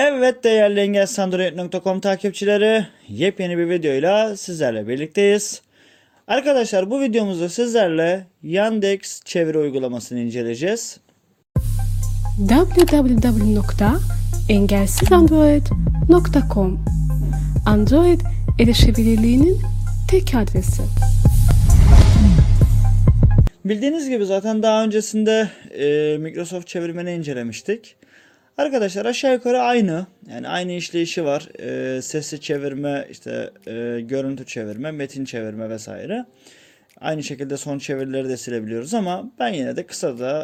Evet değerli engelsandroid.com takipçileri, yepyeni bir videoyla sizlerle birlikteyiz. Arkadaşlar bu videomuzda sizlerle Yandex çeviri uygulamasını inceleyeceğiz. www.engelsizandroid.com Android erişebilirliğinin tek adresi. Bildiğiniz gibi zaten daha öncesinde Microsoft çevirmeni incelemiştik. Arkadaşlar aşağı yukarı aynı. Yani aynı işleyişi var. Sesli çevirme, işte görüntü çevirme, metin çevirme vesaire. Aynı şekilde son çevirileri de silebiliyoruz ama ben yine de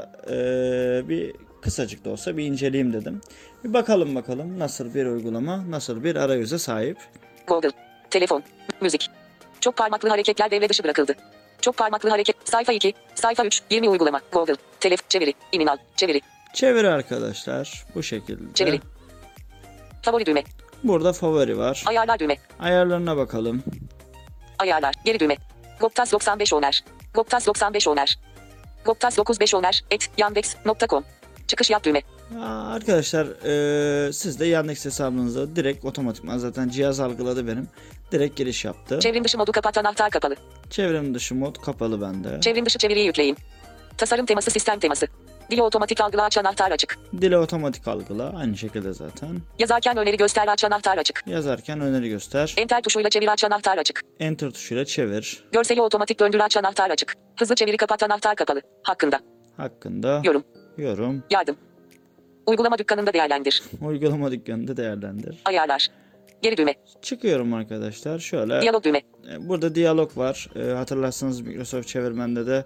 bir kısacık da olsa bir inceleyeyim dedim. Bir bakalım nasıl bir uygulama, nasıl bir arayüze sahip. Google, telefon, müzik. Çok parmaklı hareketler devre dışı bırakıldı. Çok parmaklı hareket, sayfa 2, sayfa 3, 20 uygulama, Google, çeviri, ininal, çeviri. Çeviri arkadaşlar bu şekilde. Çeviri. Favori düğme. Burada favori var. Ayarlar düğme. Ayarlarına bakalım. Ayarlar, geri düğme. Goptas 95 oner. Goptas 95 oner. Goptas 95 oner, yandex.com. Çıkış yap düğme. Arkadaşlar siz de Yandex hesabınıza direkt otomatikman zaten cihaz algıladı benim. Direkt giriş yaptı. Çevrim dışı modu kapat, anahtar kapalı. Çevrim dışı mod kapalı bende. Çevrim dışı çeviriyi yükleyin. Tasarım teması, sistem teması. Dili otomatik algıla, aç, anahtar açık. Dili otomatik algıla aynı şekilde zaten. Yazarken öneri göster, aç, anahtar açık. Yazarken öneri göster. Enter tuşuyla çevir, aç, anahtar açık. Enter tuşuyla çevir. Görseli otomatik döndür, aç, anahtar açık. Hızlı çeviri kapat, anahtar kapalı. Hakkında. Hakkında. Yorum. Yardım. Uygulama dükkanında değerlendir. Uygulama dükkanında değerlendir. Ayarlar. Geri düğme. Çıkıyorum arkadaşlar. Şöyle. Diyalog düğme. Burada diyalog var. Hatırlarsanız Microsoft çevirmende de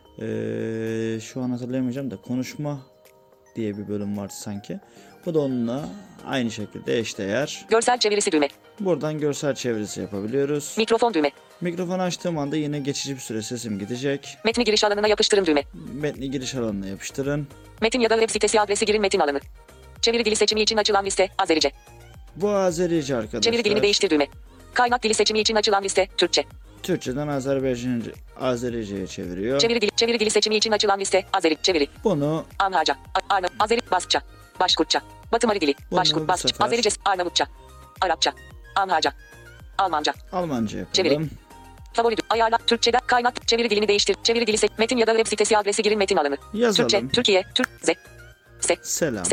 şu an hatırlayamayacağım da konuşma diye bir bölüm vardı sanki. Bu da onunla aynı şekilde eşdeğer. Görsel çevirisi düğme. Buradan görsel çevirisi yapabiliyoruz. Mikrofon düğme. Mikrofonu açtığım anda yine geçici bir süre sesim gidecek. Metni giriş alanına yapıştırın düğme. Metni giriş alanına yapıştırın. Metin ya da web sitesi adresi girin, metin alanı. Çeviri dili seçimi için açılan liste, Azerice. Bu Azerice arkadaşlar. Çeviri dilini değiştir düğme. Kaynak dili seçimi için açılan liste, Türkçe. Türkçeden Azerice'ye çeviriyor. Çeviri dili seçimi için açılan liste, Azeri, çeviri. Bunu Amharca, Azeri, Baskça, Başkurtça, Batı Mari dili, Baskça, Azerice, Arnavutça, Arapça, Amharca, Almanca. Almanca yapalım. Çeviri. Favori ayarla, Türkçe'de kaynak, çeviri dilini değiştir. Çeviri dili metin ya da web sitesi adresi girin, metin alanı. Yazalım. Türkçe, Türkiye, Selam.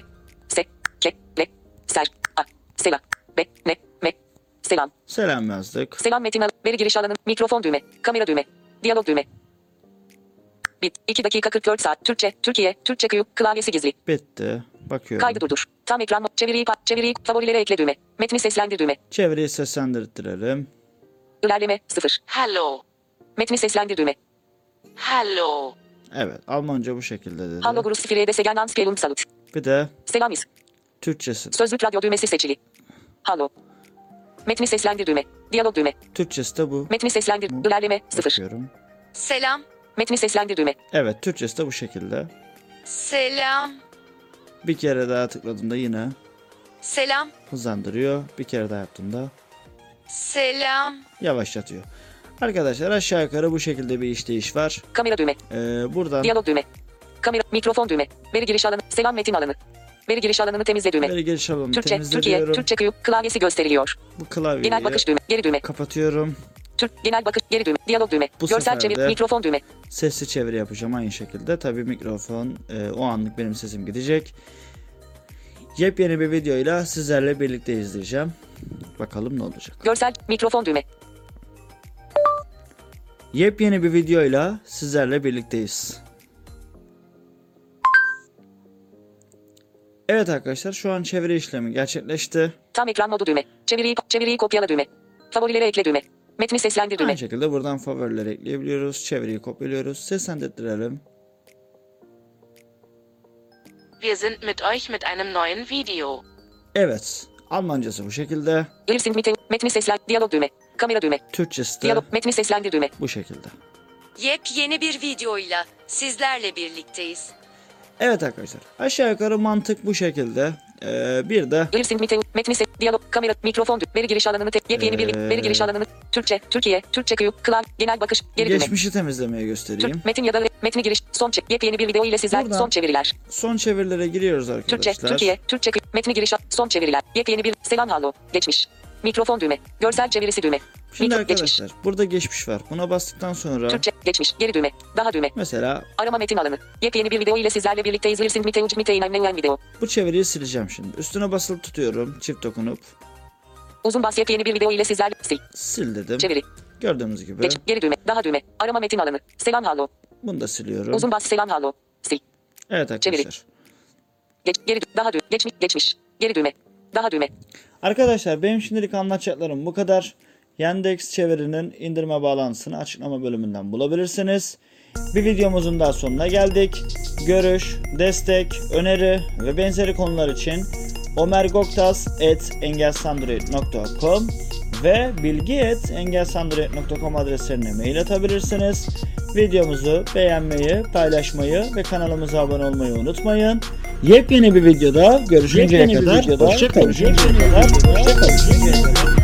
Selam. Selam. Selam yazdık. Selam metin alanı, veri giriş alanı, mikrofon düğme, kamera düğme, diyalog düğme. Bit, 2 dakika 44 saat, Türkçe, Türkiye, Türkçe klavyesi gizli. Bitti. Bakıyorum. Kaydı durdur. Tam ekran, çeviriyi, favorilere ekle düğme. Metni seslendir düğme. Çeviriyi seslendirtirelim. İlerleme 0. Hallo. Metni seslendir düğme. Hallo. Evet, Almanca bu şekilde dedi. Hallo Grüß Friede Segen Anspelung Salut. Bir de Selam is. Türkçesi. Sözlük radyo düğmesi seçili. Hallo. Metni seslendir düğme. Diyalog düğme. Türkçesi de bu. Metni seslendir. Bu. İlerleme 0. Bakıyorum. Selam. Metni seslendir düğme. Evet, Türkçesi de bu şekilde. Selam. Bir kere daha tıkladığımda yine Selam. hızlandırıyor. Bir kere daha yaptığımda Selam. yavaşlatıyor. Arkadaşlar aşağı yukarı bu şekilde bir işleyiş var. Kamera düğme. Buradan Diyalog düğme. Kamera, mikrofon düğme. Veri giriş alanı, selam metin alanı. Veri giriş alanını temizle düğme. veri giriş alanını Türkçe, Türkiye, temizliyorum. Türkçe klavyesi gösteriliyor. Bu klavyeyi Genel bakış düğme, geri düğme. kapatıyorum. Genel bakış, geri düğme, diyalog düğme. Bu Görsel sefer çevir, de mikrofon düğme. Sesli çeviri yapacağım aynı şekilde. Tabii mikrofon o anlık benim sesim gidecek. Yepyeni bir videoyla sizlerle birlikte izleyeceğim. Bakalım ne olacak. Görsel, mikrofon düğme. Yepyeni bir videoyla sizlerle birlikteyiz. Evet arkadaşlar şu an çeviri işlemi gerçekleşti. Tam ekran modu düğme. Çeviriyi kopyala düğme. Favorilere ekle düğme. Metni seslendir düğme. Aynı şekilde buradan favorileri ekleyebiliyoruz. Çeviriyi kopyalıyoruz. Seslendirelim. Wir sind mit euch mit einem neuen Video. Evet. Almancası bu şekilde. Metni seslen, diyalog düğme. Kamera düğme. Türkçesi de Diyalog, metni seslendir düğme. bu şekilde. Yepyeni bir videoyla sizlerle birlikteyiz. Evet arkadaşlar. Aşağı yukarı mantık bu şekilde. Bir de Metni diyalog, kamera, mikrofon düğme. Veri giriş alanını yepyeni bir veri giriş alanını. Türkçe, Türkiye, Türkçe genel bakış, geri düğme. geçmişi temizlemeye göstereyim. Metin ya da Metni giriş. Yepyeni bir video ile sizler. Buradan Son çeviriler. son çevirilere giriyoruz arkadaşlar. Türkçe, Türkiye, Türkçe, metni giriş, son çeviriler, yepyeni bir, selam halo, geçmiş, mikrofon düğme, görsel çevirisi düğme, Şimdi geçmiş, arkadaşlar burada geçmiş var. Buna bastıktan sonra Türkçe, geçmiş, geri düğme, daha düğme, mesela arama metin alanı, yepyeni bir video ile sizlerle birlikteyiz, listen miteynen video, bu çeviriyi sileceğim şimdi. Üstüne basılı tutuyorum. Çift dokunup uzun bas yepyeni bir video ile sizlerle, sil dedim. çeviri, Gördüğünüz gibi. geç, geri düğme, daha düğme, arama metin alanı, selam halo, Bunu da siliyorum. uzun bas selam halo, sil, Evet arkadaşlar. çeviri. Geri daha düğme, geçmiş, geri düğme, daha düğme, Arkadaşlar benim şimdilik anlatacaklarım bu kadar. Yandex çevirinin indirme bağlantısını açıklama bölümünden bulabilirsiniz. Bir videomuzun daha sonuna geldik. Görüş, destek, öneri ve benzeri konular için omergoktas@engelsandroid.com ve bilgi@engelsandroid.com adreslerine mail atabilirsiniz. Videomuzu beğenmeyi, paylaşmayı ve kanalımıza abone olmayı unutmayın. Yepyeni bir videoda görüşünceye kadar hoşça kalın.